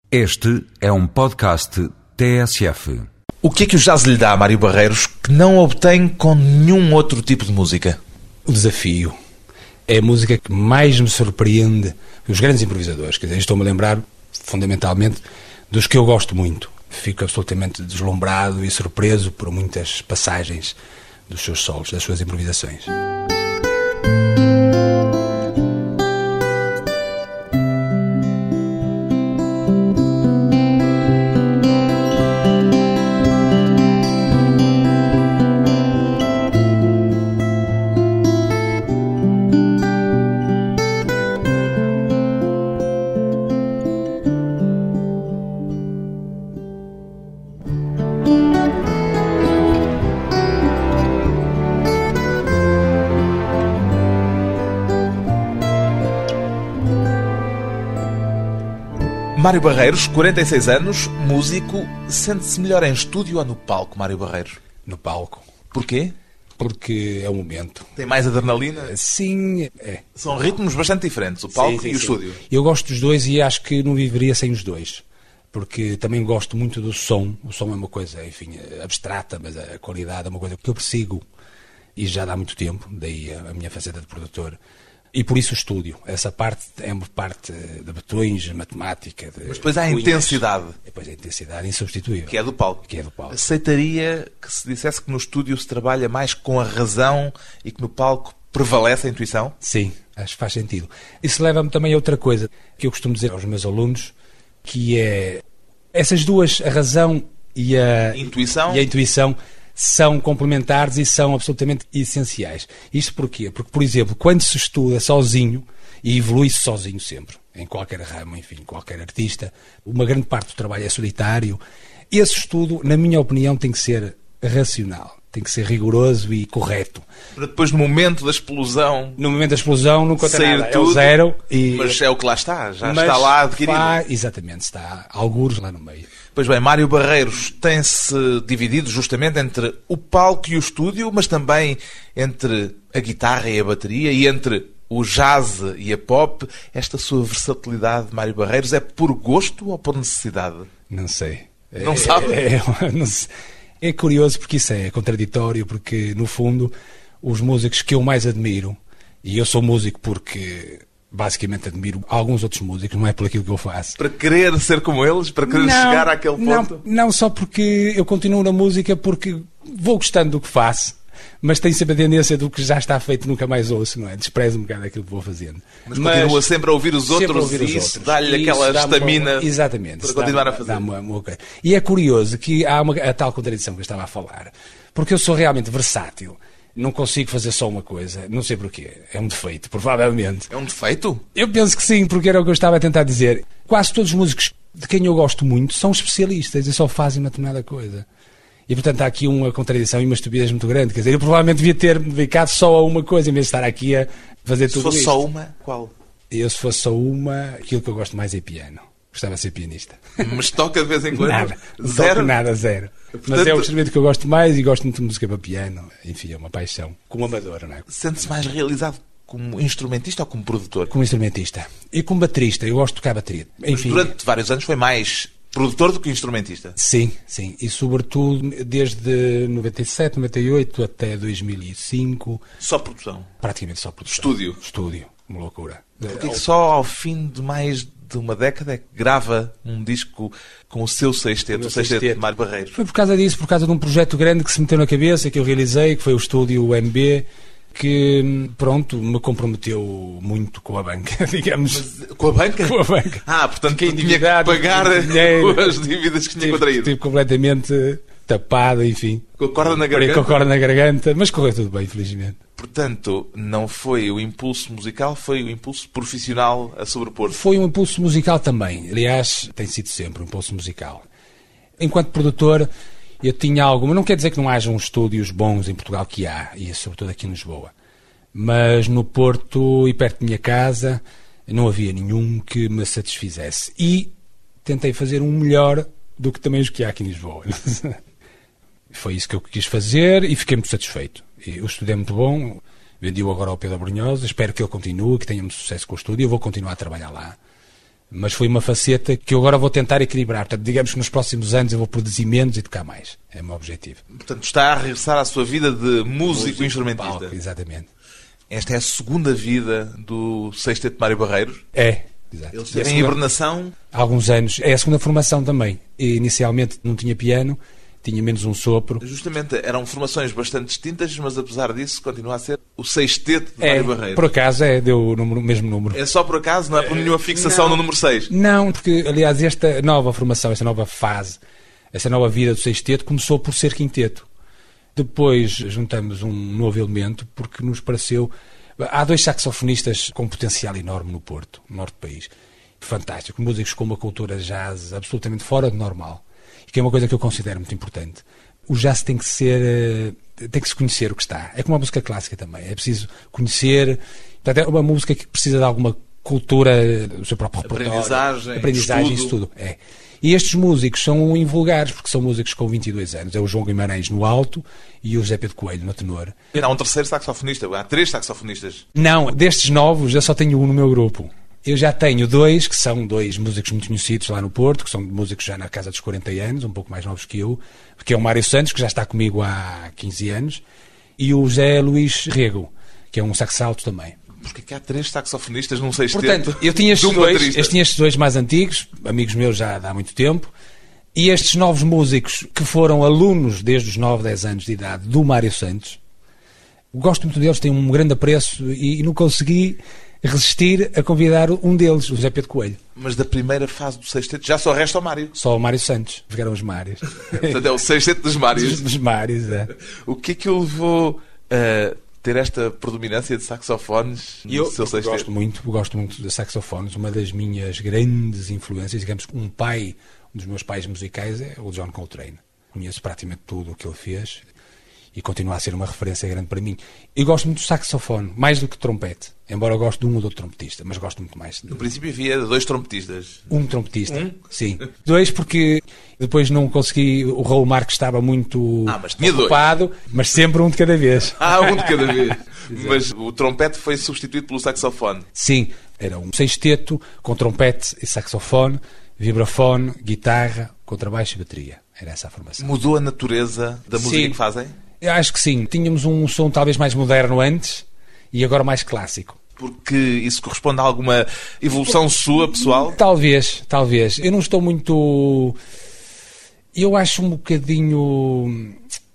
Este é um podcast TSF. O que é que o jazz lhe dá, Mário Barreiros, que não obtém com nenhum outro tipo de música? O desafio. É a música que mais me surpreende os grandes improvisadores. Quer dizer, estou-me a lembrar, fundamentalmente, dos que eu gosto muito. Fico absolutamente deslumbrado e surpreso por muitas passagens dos seus solos, das suas improvisações. Mário Barreiros, 46 anos, músico, sente-se melhor em estúdio ou no palco, Mário Barreiros? No palco. Porquê? Porque é o momento. Tem mais adrenalina? Sim, é. São ritmos bastante diferentes, o palco Sim, e o estúdio. Eu gosto dos dois e acho que não viveria sem os dois. Porque também gosto muito do som. O som é uma coisa, enfim, abstrata, mas a qualidade é uma coisa que eu persigo. E já dá muito tempo, daí a minha faceta de produtor. E por isso o estúdio. Essa parte é uma parte de botões, matemática. Mas depois há a intensidade. Depois a intensidade insubstituível. Que é do palco. Que é do palco. Aceitaria que se dissesse que no estúdio se trabalha mais com a razão e que no palco prevalece a intuição? Sim, acho que faz sentido. Isso leva-me também a outra coisa que eu costumo dizer aos meus alunos, que é essas duas, a razão e a intuição, são complementares e são absolutamente essenciais. Isto porquê? Porque, por exemplo, quando se estuda sozinho, e evolui-se sozinho sempre, em qualquer ramo, enfim, qualquer artista, uma grande parte do trabalho é solitário, esse estudo, na minha opinião, tem que ser racional, tem que ser rigoroso e correto. Para depois, no momento da explosão... No momento da explosão, não conta nada, tudo, é o zero. Mas é o que lá está, já está lá adquirido. Exatamente, está algures lá no meio. Pois bem, Mário Barreiros tem-se dividido justamente entre o palco e o estúdio, mas também entre a guitarra e a bateria e entre o jazz e a pop. Esta sua versatilidade, Mário Barreiros, é por gosto ou por necessidade? Não sei. Não sabe? Não sei. É curioso porque isso é contraditório, porque no fundo os músicos que eu mais admiro, e eu sou músico porque basicamente admiro alguns outros músicos, não é por aquilo que eu faço. Para querer ser como eles? Para querer chegar àquele ponto? Não só porque eu continuo na música, porque vou gostando do que faço, mas tenho sempre a tendência do que já está feito nunca mais ouço, não é? Desprezo um bocado aquilo que vou fazendo. Mas continua sempre a ouvir os outros e isso dá-lhe aquela estamina para continuar a fazer. E é curioso que há a tal contradição que eu estava a falar, porque eu sou realmente versátil. Não consigo fazer só uma coisa, não sei porquê. É um defeito, provavelmente. É um defeito? Eu penso que sim, porque era o que eu estava a tentar dizer. Quase todos os músicos de quem eu gosto muito são especialistas e só fazem uma determinada coisa. E, portanto, há aqui uma contradição e uma estupidez muito grande. Quer dizer, eu provavelmente devia ter-me dedicado só a uma coisa, em vez de estar aqui a fazer tudo isto. Se fosse só uma, qual? Se fosse só uma, aquilo que eu gosto mais é piano. Gostava de ser pianista. Mas toca de vez em quando? Nada. Zero? Nada, zero. Portanto, mas é o instrumento que eu gosto mais e gosto muito de música para piano. Enfim, é uma paixão. Como amador, não é? Sente-se mais realizado como instrumentista ou como produtor? Como instrumentista. E como baterista. Eu gosto de tocar bateria. Enfim, mas durante vários anos foi mais produtor do que instrumentista? Sim, sim. E sobretudo desde 97, 98 até 2005. Só produção? Praticamente só produção. Estúdio? Estúdio. Uma loucura. Porque só ao fim de mais de uma década é que grava um disco com o seu sexteto, o sexteto de Mário Barreiros? Foi por causa disso, por causa de um projeto grande que se meteu na cabeça, que eu realizei, que foi o estúdio UMB, que, pronto, me comprometeu muito com a banca, digamos. Mas, com a banca? Com a banca. Portanto, tinha que pagar as dívidas que tinha contraído. Estive completamente tapado, enfim. Com a corda na garganta? Com a corda na garganta, mas correu tudo bem, felizmente. Portanto, não foi o impulso musical, foi o impulso profissional a sobrepor-se? Foi um impulso musical também. Aliás, tem sido sempre um impulso musical. Enquanto produtor, eu tinha algo, mas não quer dizer que não hajam estúdios bons em Portugal, que há, e sobretudo aqui em Lisboa. Mas no Porto e perto da minha casa não havia nenhum que me satisfizesse. E tentei fazer um melhor do que também os que há aqui em Lisboa. Foi isso que eu quis fazer e fiquei muito satisfeito. E o estúdio é muito bom, vendi-o agora ao Pedro Brunhosa, espero que ele continue, que tenha muito sucesso com o estúdio, eu vou continuar a trabalhar lá. Mas foi uma faceta que eu agora vou tentar equilibrar. Portanto, digamos que nos próximos anos eu vou produzir menos e tocar mais. É o meu objetivo. Portanto, está a regressar à sua vida de músico instrumentista. Palco, exatamente. Esta é a segunda vida do Sexteto Mário Barreiros? É, exato. Ele esteve em hibernação? Há alguns anos. É a segunda formação também. E, inicialmente não tinha piano, tinha menos um sopro. Justamente, eram formações bastante distintas, mas apesar disso continua a ser o Sexteto de Mário Barreiros. Por acaso deu o mesmo número. É só por acaso? Não é por nenhuma fixação no número 6? Não, porque aliás esta nova formação, esta nova fase, esta nova vida do Sexteto começou por ser quinteto. Depois juntamos um novo elemento porque nos pareceu... Há 2 saxofonistas com potencial enorme no Porto, no norte do país. Fantástico. Músicos com uma cultura jazz absolutamente fora do normal. E que é uma coisa que eu considero muito importante. O jazz tem que se conhecer o que está. É como a música clássica também. É preciso conhecer. Portanto, é uma música que precisa de alguma cultura do seu próprio repertório. Aprendizagem, isso tudo. É. E estes músicos são invulgares, porque são músicos com 22 anos. É o João Guimarães no alto e o José Pedro Coelho no tenor. E há um terceiro saxofonista, há 3 saxofonistas. Não, destes novos eu só tenho um no meu grupo. Eu já tenho 2, que são 2 músicos muito conhecidos lá no Porto, que são músicos já na casa dos 40 anos, um pouco mais novos que eu, que é o Mário Santos, que já está comigo há 15 anos, e o José Luís Rego, que é um sax alto também. Porque que há 3 saxofonistas num sexteto? Portanto, eu tinha estes dois mais antigos, amigos meus já há muito tempo, e estes novos músicos que foram alunos desde os 9, 10 anos de idade do Mário Santos. Gosto muito deles, tenho um grande apreço e não consegui resistir a convidar um deles, o José Pedro Coelho. Mas da primeira fase do sexteto já só resta o Mário? Só o Mário Santos, ficaram os Mários. Portanto, é o sexteto dos Mários. Dos Mários, é. O que é que o levou a ter esta predominância de saxofones no seu sexteto? Eu gosto muito de saxofones. Uma das minhas grandes influências, digamos, um dos meus pais musicais é o John Coltrane. Conheço praticamente tudo o que ele fez e continua a ser uma referência grande para mim. Eu gosto muito do saxofone, mais do que trompete, embora eu goste de um ou do outro trompetista, mas gosto muito mais. No princípio havia 2 trompetistas. Um trompetista, sim. 2 porque depois não consegui, o Raul Marques estava muito ocupado, mas sempre um de cada vez. Um de cada vez. Mas o trompete foi substituído pelo saxofone. Sim, era um sexteto com trompete e saxofone, vibrafone, guitarra, contrabaixo e bateria. Era essa a formação. Mudou a natureza da música que fazem? Eu acho que sim. Tínhamos um som talvez mais moderno antes e agora mais clássico. Porque isso corresponde a alguma evolução sua, pessoal? Talvez. Eu não estou muito... Eu acho um bocadinho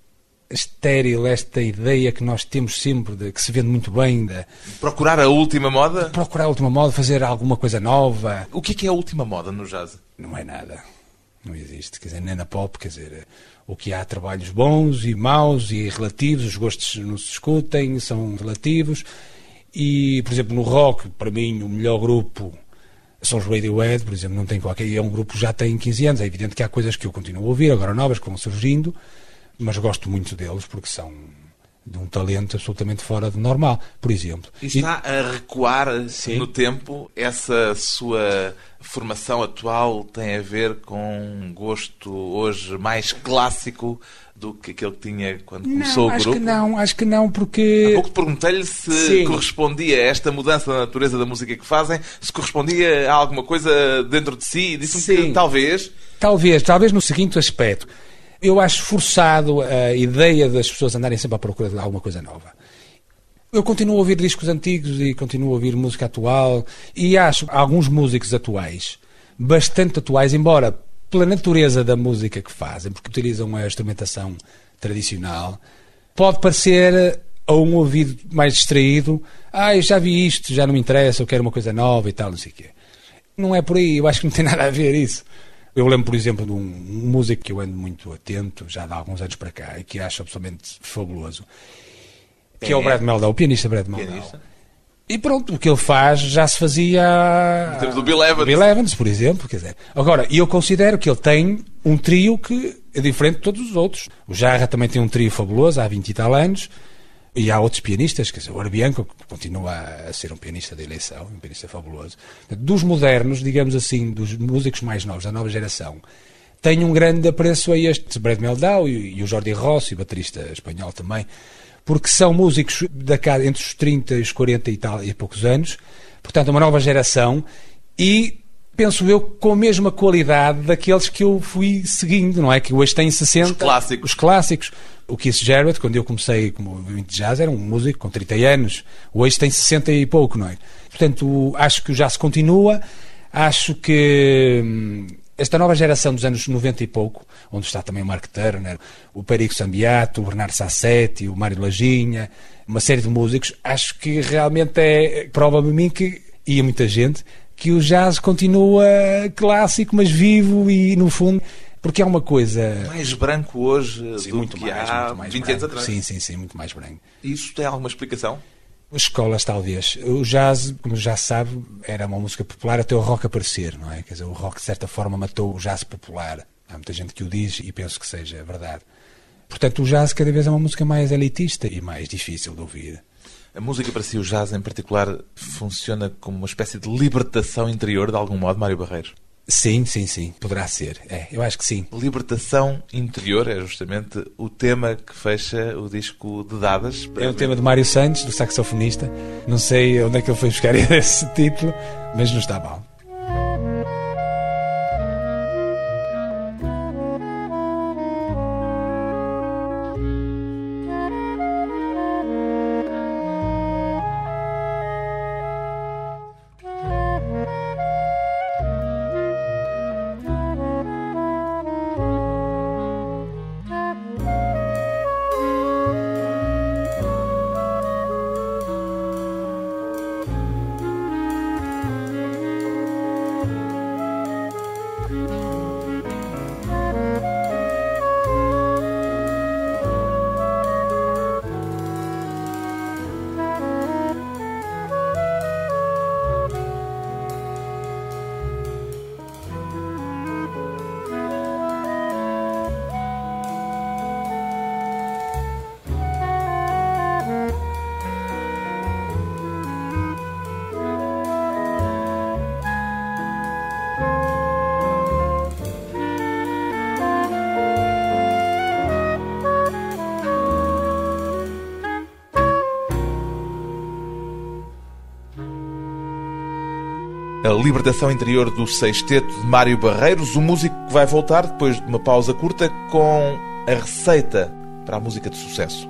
estéril esta ideia que nós temos sempre, que se vende muito bem. Procurar a última moda? Procurar a última moda, fazer alguma coisa nova. O que é a última moda no jazz? Não é nada. Não existe. Quer dizer, nem na pop, quer dizer... O que há trabalhos bons e maus e relativos, os gostos não se discutem, são relativos. E, por exemplo, no rock, para mim, o melhor grupo são os Radiohead, por exemplo, não tem qualquer... É um grupo que já tem 15 anos. É evidente que há coisas que eu continuo a ouvir, agora novas, que vão surgindo, mas gosto muito deles porque são de um talento absolutamente fora do normal, por exemplo. E está a recuar no tempo? Essa sua formação atual tem a ver com um gosto hoje mais clássico do que aquele que tinha quando começou o grupo? Acho que não, porque... Há pouco perguntei-lhe se correspondia a esta mudança da natureza da música que fazem, se correspondia a alguma coisa dentro de si, e disse-me que talvez... Talvez no seguinte aspecto. Eu acho forçado a ideia das pessoas andarem sempre à procura de alguma coisa nova. Eu continuo a ouvir discos antigos e continuo a ouvir música atual e acho alguns músicos atuais, bastante atuais, embora pela natureza da música que fazem, porque utilizam a instrumentação tradicional, pode parecer a um ouvido mais distraído, eu já vi isto, já não me interessa, eu quero uma coisa nova e tal, não sei o quê. Não é por aí, eu acho que não tem nada a ver isso. Eu lembro, por exemplo, de um músico que eu ando muito atento, já há alguns anos para cá, e que acho absolutamente fabuloso, que é o Brad Mehldau, o pianista Brad Mehldau. E pronto, o que ele faz já se fazia... Em termos do Bill Evans. Bill Evans, por exemplo. Quer dizer. Agora, eu considero que ele tem um trio que é diferente de todos os outros. O Jarra também tem um trio fabuloso, há 20 e tal anos. E há outros pianistas, quer dizer, o Arbianco, que continua a ser um pianista de eleição, um pianista fabuloso. Dos modernos, digamos assim, dos músicos mais novos, da nova geração, tenho um grande apreço a este Brad Mehldau e o Jordi Rossi, baterista espanhol também, porque são músicos da casa entre os 30 e os 40 e tal e poucos anos, portanto, uma nova geração, e penso eu, com a mesma qualidade daqueles que eu fui seguindo, não é? Que hoje têm 60... Os clássicos. O Keith Jarrett, quando eu comecei como ouvinte de jazz, era um músico com 30 anos. Hoje tem 60 e pouco, não é? Portanto, acho que o jazz continua. Acho que esta nova geração dos anos 90 e pouco, onde está também o Mark Turner, o Perico Sambiato, o Bernardo Sassetti, o Mário Laginha, uma série de músicos, acho que realmente prova-me a mim que, e a muita gente, que o jazz continua clássico, mas vivo e, no fundo, porque é uma coisa... Mais branco hoje do muito que mais, há muito mais 20 anos atrás. Sim, muito mais branco. Isso tem alguma explicação? Escolas, talvez. O jazz, como já se sabe, era uma música popular até o rock aparecer, não é? Quer dizer, o rock, de certa forma, matou o jazz popular. Há muita gente que o diz e penso que seja verdade. Portanto, o jazz cada vez é uma música mais elitista e mais difícil de ouvir. A música para si, o jazz em particular, funciona como uma espécie de libertação interior, de algum modo, Mário Barreiros? Sim. Poderá ser. Eu acho que sim. Libertação interior é justamente o tema que fecha o disco de Dadas. É o tema de Mário Santos, do saxofonista. Não sei onde é que ele foi buscar esse título, mas não está mal. A libertação interior do sexteto de Mário Barreiros, o músico que vai voltar, depois de uma pausa curta, com a receita para a música de sucesso.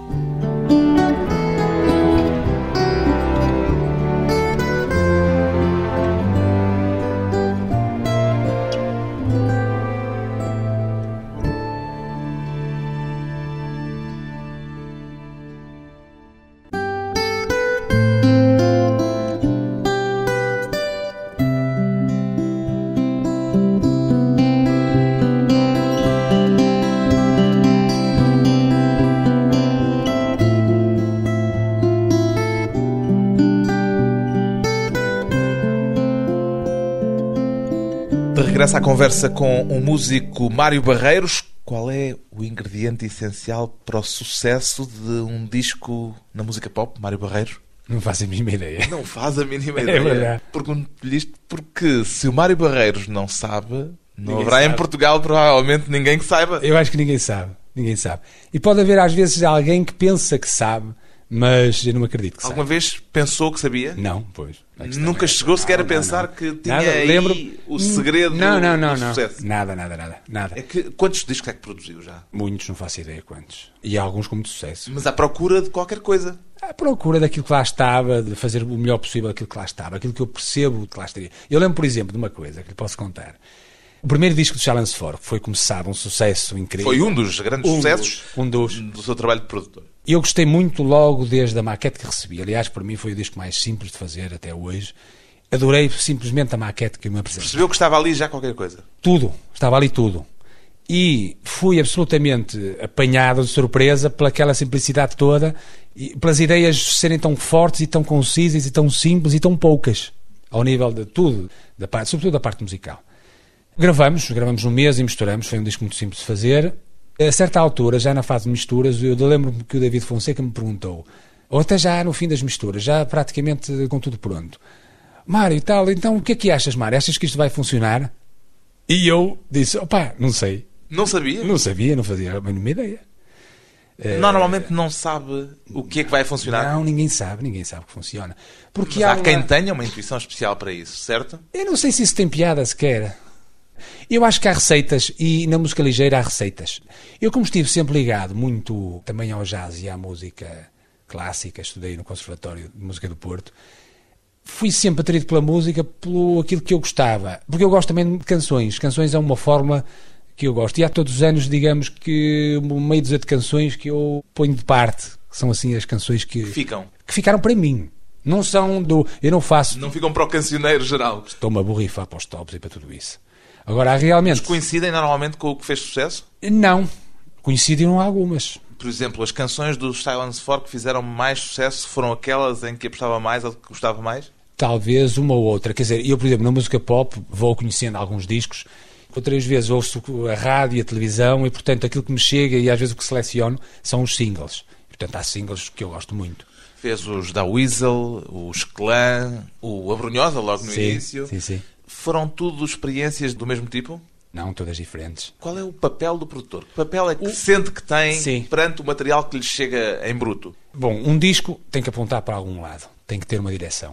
Regressa à conversa com o músico Mário Barreiros. Qual é o ingrediente essencial para o sucesso de um disco na música pop, Mário Barreiros? Não faz a mínima ideia. Não faz a mínima ideia. É verdade. Pergunto-lhe isto porque se o Mário Barreiros não sabe, não haverá em Portugal provavelmente ninguém que saiba. Eu acho que ninguém sabe. E pode haver às vezes alguém que pensa que sabe, mas eu não acredito que Alguma vez pensou que sabia? Não, pois. Nunca chegou sequer a pensar que tinha aí o segredo do sucesso? Nada. É que, quantos discos é que produziu já? Muitos, não faço ideia quantos. E alguns com muito sucesso. Mas à procura de qualquer coisa? À procura daquilo que lá estava, de fazer o melhor possível aquilo que lá estava, aquilo que eu percebo que lá estaria. Eu lembro, por exemplo, de uma coisa que lhe posso contar. O primeiro disco do Challenge 4 foi, como se sabe, um sucesso incrível. Foi um dos grandes sucessos do seu trabalho de produtor. Eu gostei muito logo desde a maquete que recebi. Aliás, para mim foi o disco mais simples de fazer até hoje. Adorei simplesmente a maquete que me apresentou. Percebeu que estava ali já qualquer coisa? Tudo. Estava ali tudo. E fui absolutamente apanhado de surpresa pelaquela simplicidade toda e pelas ideias serem tão fortes e tão concisas e tão simples e tão poucas. Ao nível de tudo, sobretudo da parte musical. Gravamos um mês e misturamos, foi um disco muito simples de fazer. A certa altura, já na fase de misturas, eu lembro-me que o David Fonseca me perguntou, ou até já no fim das misturas, já praticamente com tudo pronto, Mário e tal, então o que é que achas, Mário? Achas que isto vai funcionar? E eu disse, não sei. Não sabia? Não sabia, não fazia a mínima ideia. Normalmente não sabe o que é que vai funcionar. Não, ninguém sabe que funciona. Porque há quem tenha uma intuição especial para isso, certo? Eu não sei se isso tem piada sequer. Eu acho que há receitas, e na música ligeira há receitas. Eu, como estive sempre ligado muito também ao jazz e à música clássica, estudei no Conservatório de Música do Porto, fui sempre atraído pela música, pelo aquilo que eu gostava. Porque eu gosto também de canções. Canções é uma forma que eu gosto. E há todos os anos, digamos que meia dúzia de canções que eu ponho de parte. Que são assim as canções que ficaram para mim. Não são do... Eu não faço... Não ficam para o cancioneiro geral. Estou-me a borrifar para os tops e para tudo isso. Agora, há realmente... Mas coincidem normalmente com o que fez sucesso? Não. Coincidiram algumas. Por exemplo, as canções do Silence 4 que fizeram mais sucesso foram aquelas em que apostava mais ou que gostava mais? Talvez uma ou outra. Quer dizer, eu, por exemplo, na música pop vou conhecendo alguns discos, outras vezes ouço a rádio e a televisão e, portanto, aquilo que me chega e às vezes o que seleciono são os singles. Portanto, há singles que eu gosto muito. Fez os da Weasel, os Clã, o Abrunhosa logo no início. Sim. Foram tudo experiências do mesmo tipo? Não, todas diferentes. Qual é o papel do produtor? Que papel é que sente que tem perante o material que lhe chega em bruto? Bom, um disco tem que apontar para algum lado. Tem que ter uma direção.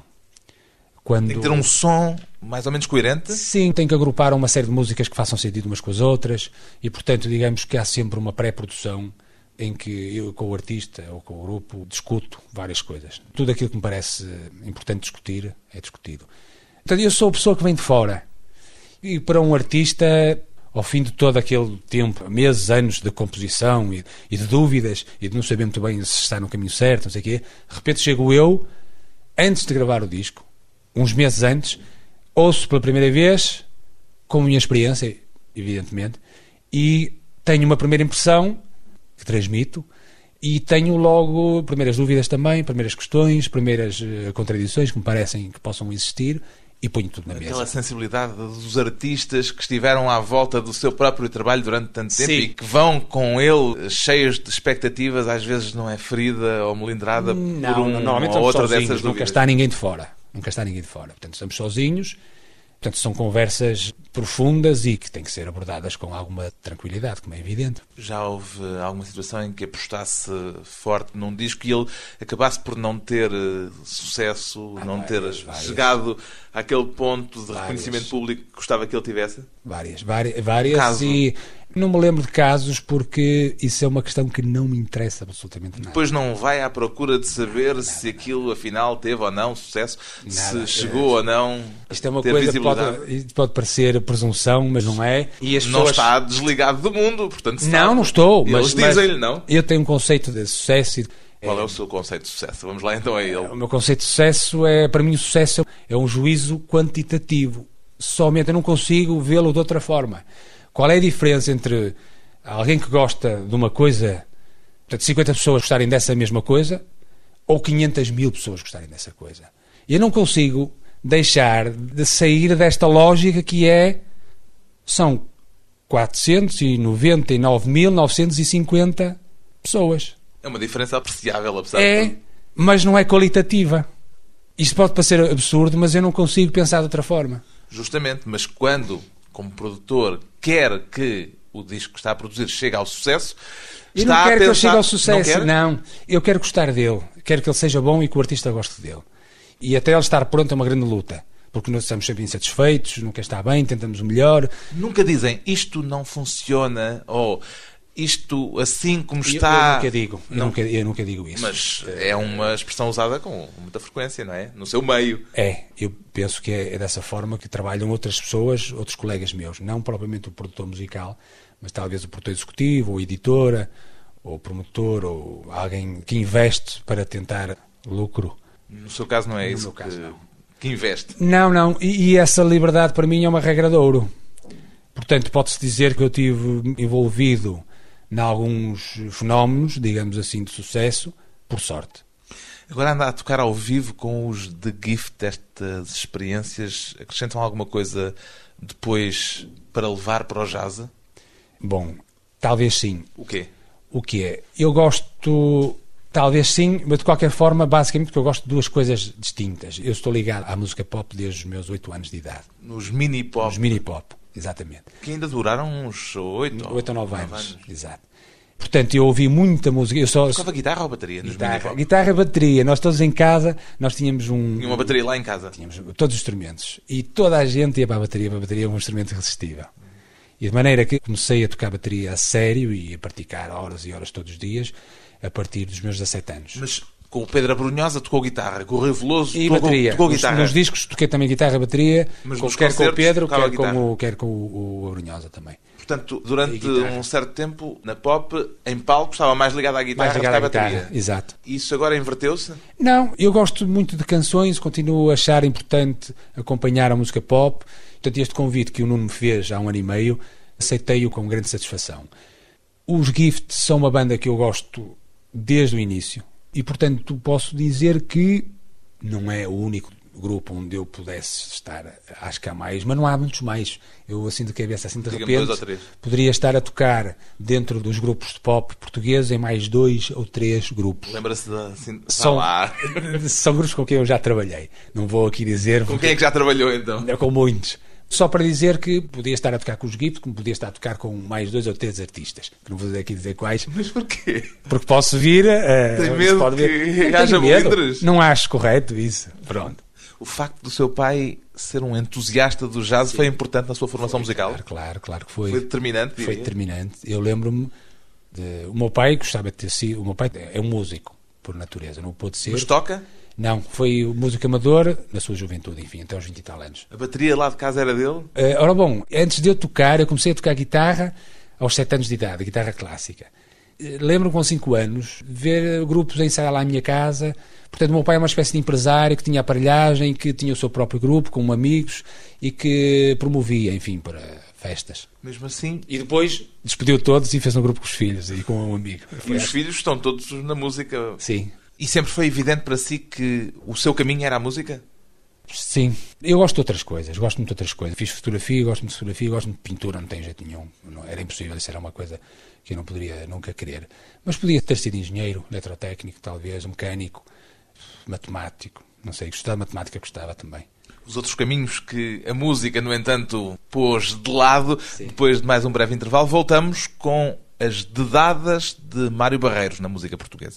Tem que ter um som mais ou menos coerente? Sim, tem que agrupar uma série de músicas que façam sentido umas com as outras e, portanto, digamos que há sempre uma pré-produção em que eu, com o artista ou com o grupo, discuto várias coisas. Tudo aquilo que me parece importante discutir é discutido. Portanto, eu sou a pessoa que vem de fora. E para um artista, ao fim de todo aquele tempo, meses, anos de composição e de dúvidas e de não saber muito bem se está no caminho certo, não sei o quê, de repente chego eu, antes de gravar o disco, uns meses antes, ouço pela primeira vez, com a minha experiência, evidentemente, e tenho uma primeira impressão que transmito e tenho logo primeiras dúvidas também, primeiras questões, primeiras contradições que me parecem que possam existir e ponho tudo na mesa. Aquela sensibilidade dos artistas que estiveram à volta do seu próprio trabalho durante tanto tempo e que vão com ele cheios de expectativas, às vezes não é ferida ou melindrada por uma ou outra dessas dúvidas. Nunca está ninguém de fora. Portanto, estamos sozinhos. Portanto, são conversas profundas e que têm que ser abordadas com alguma tranquilidade, como é evidente. Já houve alguma situação em que apostasse forte num disco e ele acabasse por não ter sucesso, não ter chegado àquele ponto de reconhecimento público que gostava que ele tivesse? Várias. E não me lembro de casos porque isso é uma questão que não me interessa absolutamente nada. Depois não vai à procura de saber se aquilo afinal teve ou não sucesso, se chegou ou não. Isto é uma coisa que pode parecer presunção, mas não é. E as pessoas... Não está desligado do mundo, portanto... Não estou. Eles dizem-lhe não. Eu tenho um conceito de sucesso. Qual é o seu conceito de sucesso? Vamos lá então a ele. O meu conceito de sucesso é, para mim, o sucesso é um juízo quantitativo. Somente eu não consigo vê-lo de outra forma. Qual é a diferença entre alguém que gosta de uma coisa, portanto, 50 pessoas gostarem dessa mesma coisa, ou 500.000 pessoas gostarem dessa coisa? Eu não consigo deixar de sair desta lógica que são 499.950 pessoas. É uma diferença apreciável, apesar de... mas não é qualitativa. Isto pode parecer absurdo, mas eu não consigo pensar de outra forma. Justamente, mas quando, como produtor, quer que o disco que está a produzir chegue ao sucesso... Eu não quero que ele chegue ao sucesso, não. Eu quero gostar dele. Quero que ele seja bom e que o artista goste dele. E até ele estar pronto é uma grande luta. Porque nós estamos sempre insatisfeitos, nunca está bem, tentamos o melhor. Nunca dizem, isto não funciona, ou... Isto assim como está... Eu nunca digo isso. Mas é uma expressão usada com muita frequência, não é? No seu meio. Eu penso que é dessa forma que trabalham outras pessoas, outros colegas meus. Não propriamente o produtor musical, mas talvez o produtor executivo, ou editora, ou promotor, ou alguém que investe para tentar lucro. No seu caso não é isso que investe? Não. E essa liberdade para mim é uma regra de ouro. Portanto, pode-se dizer que eu estive envolvido em alguns fenómenos, digamos assim, de sucesso, por sorte. Agora anda a tocar ao vivo com os The Gift, estas experiências. Acrescentam alguma coisa depois para levar para o jazz? Bom, talvez sim. O quê? O que é? Eu gosto... Talvez sim, mas de qualquer forma, basicamente, porque eu gosto de duas coisas distintas. Eu estou ligado à música pop desde os meus 8 anos de idade. Nos mini-pop? Nos mini-pop, exatamente. Que ainda duraram uns 8 ou 9 anos. Exato. Portanto, eu ouvi muita música. Eu só tocava guitarra ou bateria? Guitarra, bateria. Nós todos em casa, nós tínhamos E uma bateria lá em casa? Tínhamos todos os instrumentos. E toda a gente ia para a bateria. A bateria é um instrumento irresistível. E de maneira que comecei a tocar bateria a sério e a praticar horas e horas todos os dias a partir dos meus 17 anos. Mas com o Pedro Abrunhosa tocou guitarra, com o Rui Veloso tocou guitarra. Nos discos toquei também guitarra, bateria, mas quer com o Pedro, quer com o Abrunhosa também. Portanto, durante um certo tempo, na pop, em palco, estava mais ligado à guitarra que à bateria. Exato. E isso agora inverteu-se? Não, eu gosto muito de canções, continuo a achar importante acompanhar a música pop. Portanto, este convite que o Nuno me fez há 1 ano e meio, aceitei-o com grande satisfação. Os Gift são uma banda que eu gosto desde o início e, portanto, posso dizer que não é o único grupo onde eu pudesse estar. Acho que há mais, mas não há muitos mais. Eu, assim de cabeça, assim de repente, 2 ou 3. poderia estar a tocar dentro dos grupos de pop portugueses em mais 2 ou 3 grupos. Lembra-se da... São grupos com quem eu já trabalhei. Não vou aqui dizer... Com quem é que já trabalhou, então? Com muitos. Só para dizer que podia estar a tocar com os Gift, como podia estar a tocar com mais 2 ou 3 artistas, que não vou aqui dizer quais. Mas porquê? Porque posso vir... Tem medo pode que haja melindres? Não acho correto isso. Pronto. O facto do seu pai ser um entusiasta do jazz foi importante na sua formação musical? Claro que foi. Foi determinante? Foi determinante. Eu lembro-me o meu pai gostava de ter sido... O meu pai é um músico, por natureza, não pôde ser. Mas toca? Não, foi músico amador na sua juventude, enfim, até aos 20 e tal anos. A bateria lá de casa era dele? Ora bom, antes de eu tocar, eu comecei a tocar guitarra aos 7 anos de idade, guitarra clássica. Lembro-me com 5 anos, ver grupos a ensaiar lá à minha casa. Portanto, o meu pai é uma espécie de empresário que tinha aparelhagem, que tinha o seu próprio grupo, com amigos, e que promovia, enfim, para festas. Mesmo assim? E depois despediu todos e fez um grupo com os filhos e com um amigo. E os filhos estão todos na música? Sim. E sempre foi evidente para si que o seu caminho era a música? Sim. Eu gosto de outras coisas, gosto muito de outras coisas. Fiz fotografia, gosto muito de fotografia, gosto muito de pintura, não tem jeito nenhum. Não, era impossível, isso era uma coisa que eu não poderia nunca querer. Mas podia ter sido engenheiro, eletrotécnico, talvez, mecânico, matemático, não sei, gostava de matemática, gostava também. Os outros caminhos que a música, no entanto, pôs de lado. Sim. Depois de mais um breve intervalo, voltamos com as dedadas de Mário Barreiros na música portuguesa.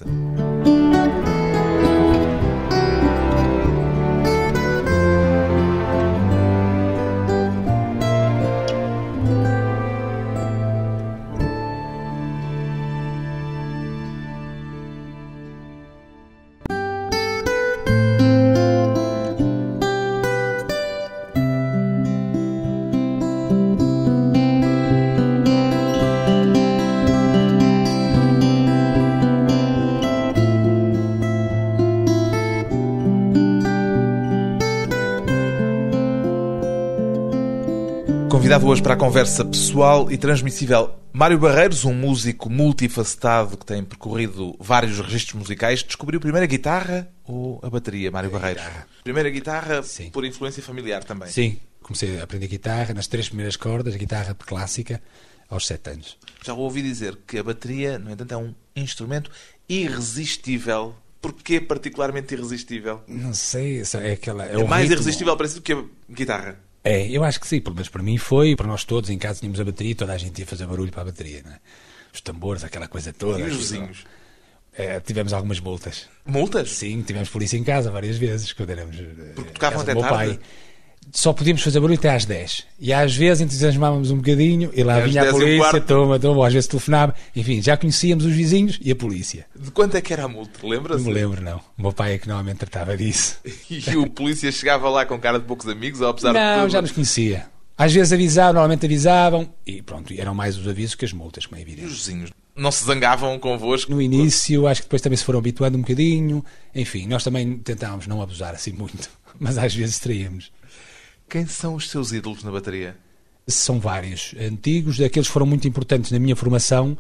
Convidado hoje para a conversa pessoal e transmissível, Mário Barreiros, um músico multifacetado que tem percorrido vários registros musicais. Descobriu primeiro a guitarra ou a bateria, Mário Barreiros? Primeira guitarra. Sim. Por influência familiar também? Sim, comecei a aprender guitarra nas 3 primeiras cordas, a guitarra clássica, aos 7 anos. Já ouvi dizer que a bateria, no entanto, é um instrumento irresistível. Porquê particularmente irresistível? Não sei, é aquela... É mais irresistível para si do que a guitarra? Eu acho que sim, pelo menos para mim foi, para nós todos em casa tínhamos a bateria e toda a gente ia fazer barulho para a bateria, não é? Os tambores, aquela coisa toda. E os vizinhos? Tivemos algumas multas. Multas? Sim, tivemos polícia em casa várias vezes, quando éramos... Porque tocavam até tarde? Só podíamos fazer barulho até às 10. E às vezes entusiasmávamos um bocadinho e lá vinha a polícia, toma, às vezes telefonava. Enfim, já conhecíamos os vizinhos e a polícia. De quanto é que era a multa? Lembra-se? Não me lembro, não. O meu pai é que normalmente tratava disso. E o polícia chegava lá com cara de poucos amigos, ou apesar de tudo? Não, já nos conhecia. Às vezes avisavam, normalmente avisavam, e pronto, eram mais os avisos que as multas, como é evidente. E os vizinhos não se zangavam convosco? No início, acho que depois também se foram habituando um bocadinho. Enfim, nós também tentávamos não abusar assim muito, mas às vezes traíamos. Quem são os seus ídolos na bateria? São vários. Antigos, daqueles que foram muito importantes na minha formação,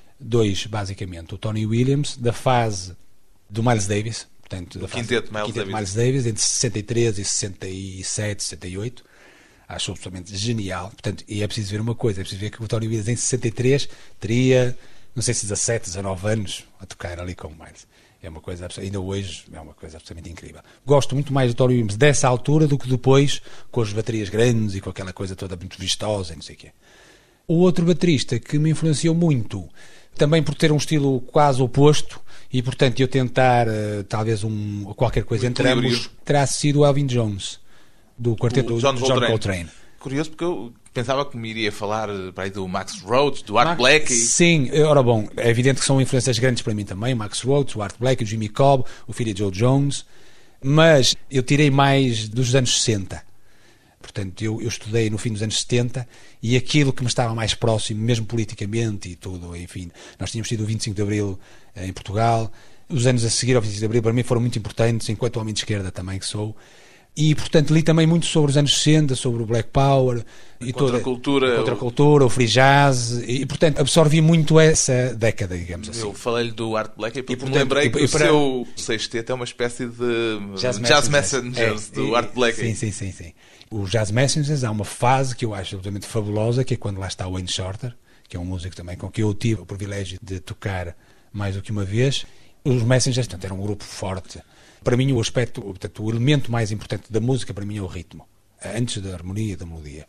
2, basicamente. O Tony Williams, da fase do Miles Davis, portanto, da quinteto Miles Davis, entre 63 e 67, 68. Acho absolutamente genial. Portanto, e é preciso ver uma coisa, é preciso ver que o Tony Williams em 63 teria, não sei se 17, 19 anos a tocar ali com o Miles. É uma coisa, ainda hoje, é uma coisa absolutamente incrível. Gosto muito mais do Tony Williams dessa altura do que depois, com as baterias grandes e com aquela coisa toda muito vistosa e não sei o quê. O outro baterista que me influenciou muito também por ter um estilo quase oposto, e portanto eu tentar talvez qualquer coisa entre ambos, terá sido o Elvin Jones, do quarteto do John Coltrane. Curioso, porque eu pensava que me iria falar do Max Roach, do Art Blakey. Sim, ora bom, é evidente que são influências grandes para mim também, Max Roach, o Art Blakey, o Jimmy Cobb, o filho de Joe Jones, mas eu tirei mais dos anos 60. Portanto, eu estudei no fim dos anos 70 e aquilo que me estava mais próximo, mesmo politicamente e tudo, enfim, nós tínhamos tido o 25 de Abril em Portugal, os anos a seguir ao 25 de Abril para mim foram muito importantes, enquanto homem de esquerda também que sou, e portanto li também muito sobre os anos 60, sobre o Black Power e toda a contracultura, o free jazz, e portanto absorvi muito essa década, digamos assim. Eu falei-lhe do Art Blakey porque me lembrei que o seu sexteto é uma espécie de Jazz Messengers do Art Blakey. Sim. O Jazz Messengers há uma fase que eu acho absolutamente fabulosa, que é quando lá está o Wayne Shorter, que é um músico também com quem eu tive o privilégio de tocar mais do que uma vez. Os Messengers, portanto, eram um grupo forte. Para mim, o elemento mais importante da música, para mim, é o ritmo. Antes da harmonia e da melodia.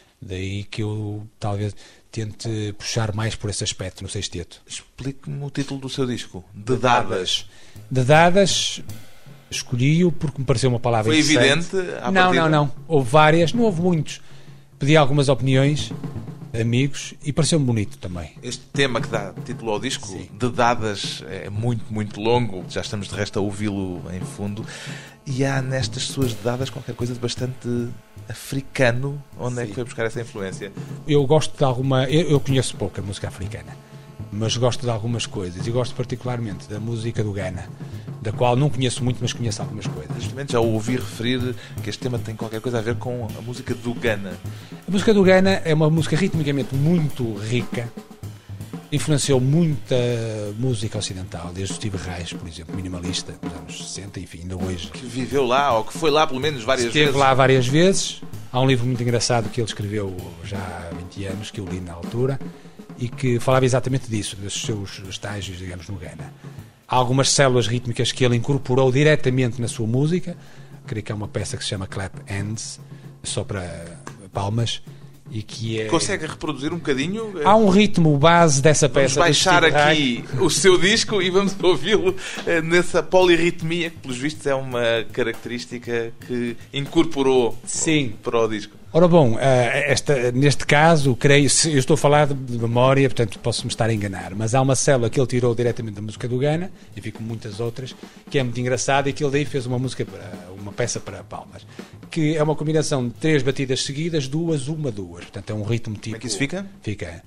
Daí que eu, talvez, tente puxar mais por esse aspecto no sexteto. Explique-me o título do seu disco. De Dadas. De Dadas, escolhi-o porque me pareceu uma palavra interessante. Foi evidente? Não. Houve várias, não houve muitos. Pedi algumas opiniões, amigos, e pareceu-me bonito também. Este tema que dá título ao disco, sim, De Dadas, é muito, muito longo. Já estamos de resto a ouvi-lo em fundo. E há nestas suas dadas qualquer coisa de bastante africano. Onde sim, é que foi buscar essa influência? Eu gosto de alguma... Eu conheço pouca música africana, mas gosto de algumas coisas. E gosto particularmente da música do Ghana, da qual não conheço muito, mas conheço algumas coisas. Justamente já ouvi referir que este tema tem qualquer coisa a ver com a música do Ghana. A música do Ghana é uma música ritmicamente muito rica, influenciou muita música ocidental, desde o Steve Reich, por exemplo, minimalista, nos anos 60, enfim, ainda hoje. Que viveu lá, ou que foi lá pelo menos várias vezes. Esteve lá várias vezes. Há um livro muito engraçado que ele escreveu já há 20 anos, que eu li na altura, e que falava exatamente disso, dos seus estágios, digamos, no Ghana. Há algumas células rítmicas que ele incorporou diretamente na sua música. Creio que é uma peça que se chama Clap Hands, só para palmas, e que é... Consegue reproduzir um bocadinho? Há um ritmo base dessa peça. Vamos baixar aqui o seu disco e vamos ouvi-lo nessa polirritmia, que pelos vistos é uma característica que incorporou, sim, para o disco. Ora bom, neste caso, creio, eu estou a falar de memória, portanto posso-me estar a enganar, mas há uma célula que ele tirou diretamente da música do Ghana, e fico muitas outras, que é muito engraçada, e que ele daí fez uma peça para palmas, que é uma combinação de 3 batidas seguidas, 2, 1, 2. Portanto é um ritmo tipo... Como é que isso fica? Fica...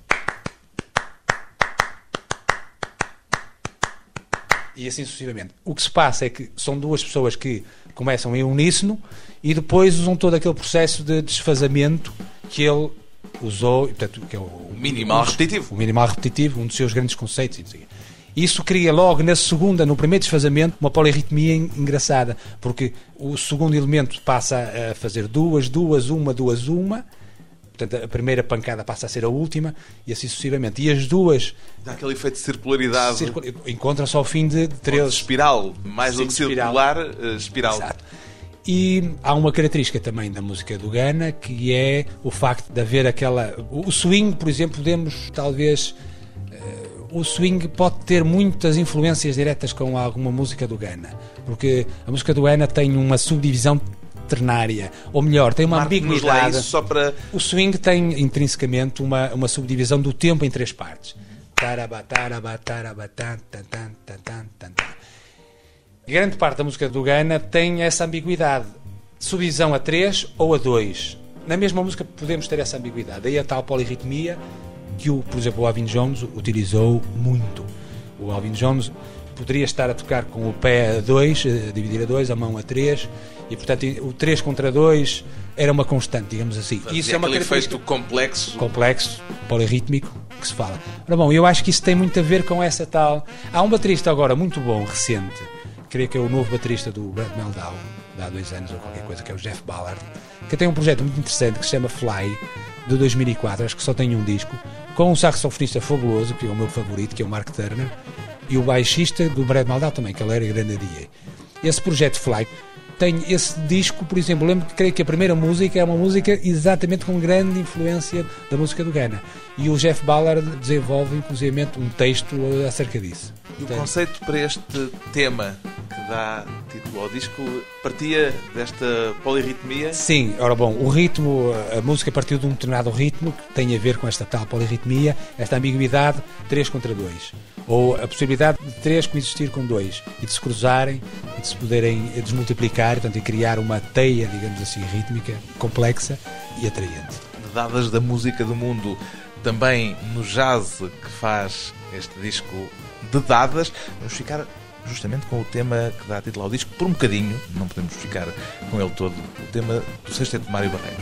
E assim sucessivamente. O que se passa é que são 2 pessoas que começam em uníssono e depois usam todo aquele processo de desfazamento que ele usou, portanto, que é o minimal repetitivo. O minimal repetitivo, um dos seus grandes conceitos. Isso cria logo no primeiro desfazamento, uma polirritmia engraçada, porque o segundo elemento passa a fazer 2, 2, 1, 2, 1. Portanto, a primeira pancada passa a ser a última e assim sucessivamente. E as duas... Dá aquele efeito de circularidade. Encontram-se ao fim de 13... Espiral. Mais do que circular, espiral. Exato. E há uma característica também da música do Ghana, que é o facto de haver aquela... O swing, por exemplo, podemos talvez... O swing pode ter muitas influências diretas com alguma música do Ghana. Porque a música do Ghana tem uma subdivisão ternária, ou melhor, tem uma ambiguidade. Só para... O swing tem intrinsecamente uma subdivisão do tempo em 3 partes. Grande parte da música do Ghana tem essa ambiguidade, subdivisão a 3 ou a 2. Na mesma música podemos ter essa ambiguidade. Daí a tal polirritmia que, por exemplo, o Elvin Jones utilizou muito. O Elvin Jones poderia estar a tocar com o pé a 2, dividir a 2, a mão a 3, e portanto o 3 contra 2 era uma constante, digamos assim. Isso é aquele efeito complexo, polirrítmico, que se fala. Ora bom, eu acho que isso tem muito a ver com essa tal... Há um baterista agora muito bom, recente, creio que é o novo baterista do Brad Meldau, de há 2 anos ou qualquer coisa, que é o Jeff Ballard, que tem um projeto muito interessante que se chama Fly, de 2004, acho que só tem um disco, com um saxofonista fabuloso, que é o meu favorito, que é o Mark Turner, e o baixista do Brad Meldau também, que ele era grande dia. Esse projeto Fly tenho esse disco, por exemplo, creio que a primeira música é uma música exatamente com grande influência da música do Ghana. E o Jeff Ballard desenvolve, inclusive, um texto acerca disso. E o conceito para este tema que dá título ao disco partia desta polirritmia? Sim, ora bom, o ritmo, a música partiu de um determinado ritmo que tem a ver com esta tal polirritmia, esta ambiguidade 3 contra 2. Ou a possibilidade de 3 coexistir com 2 e de se cruzarem e de se poderem desmultiplicar, portanto, e criar uma teia, digamos assim, rítmica, complexa e atraente. Dadas da música do mundo, também no jazz que faz este disco de dadas, vamos ficar justamente com o tema que dá título ao disco, por um bocadinho, não podemos ficar com ele todo, o tema do sexteto de Mário Barreiros.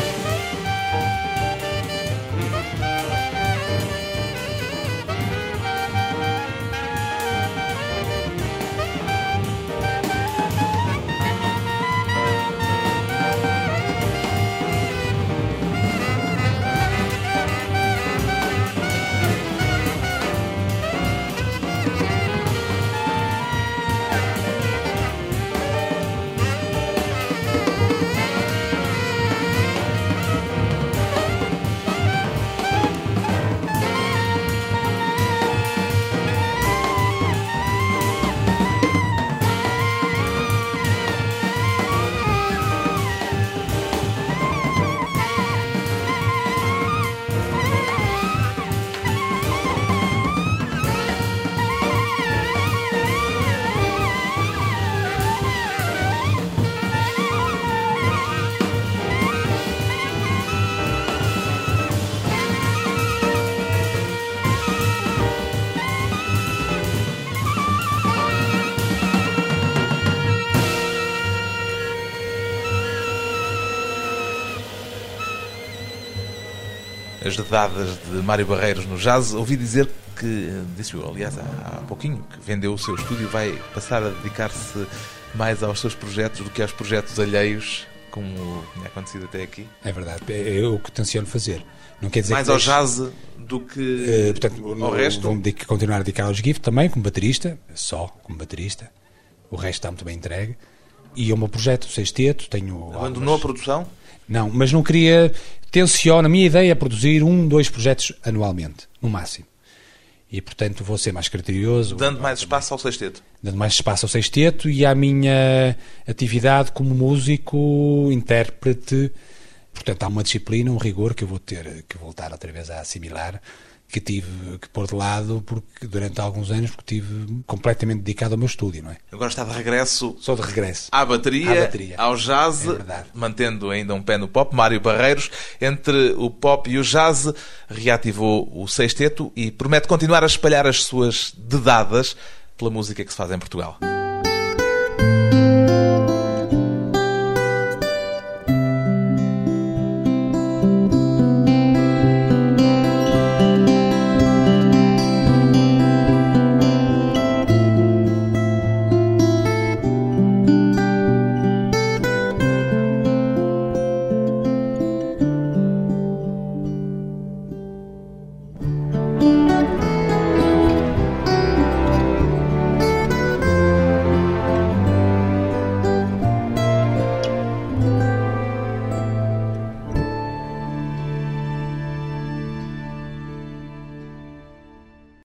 As dadas de Mário Barreiros no jazz, ouvi dizer que, disse-o aliás há pouquinho, que vendeu o seu estúdio, vai passar a dedicar-se mais aos seus projetos do que aos projetos alheios, como tinha acontecido até aqui. É verdade, é o que tenciono fazer. Não quer dizer mais ao jazz do que portanto, ao resto? Vou continuar a dedicar aos GIF também, como baterista, só como baterista. O resto está muito bem entregue. E o meu projeto, o sexteto, tenho... Abandonou a produção? Não, mas não queria... Tenciono, a minha ideia é produzir 2 projetos anualmente, no máximo. E, portanto, vou ser mais criterioso. Dando mais espaço ao sexteto? Dando mais espaço ao sexteto e à minha atividade como músico, intérprete. Portanto, há uma disciplina, um rigor que eu vou ter que voltar outra vez a assimilar, que tive que pôr de lado durante alguns anos, porque estive completamente dedicado ao meu estúdio, não é? Agora está de regresso. Sou de regresso. À bateria, ao jazz, mantendo ainda um pé no pop. Mário Barreiros, entre o pop e o jazz, reativou o sexteto e promete continuar a espalhar as suas dedadas pela música que se faz em Portugal.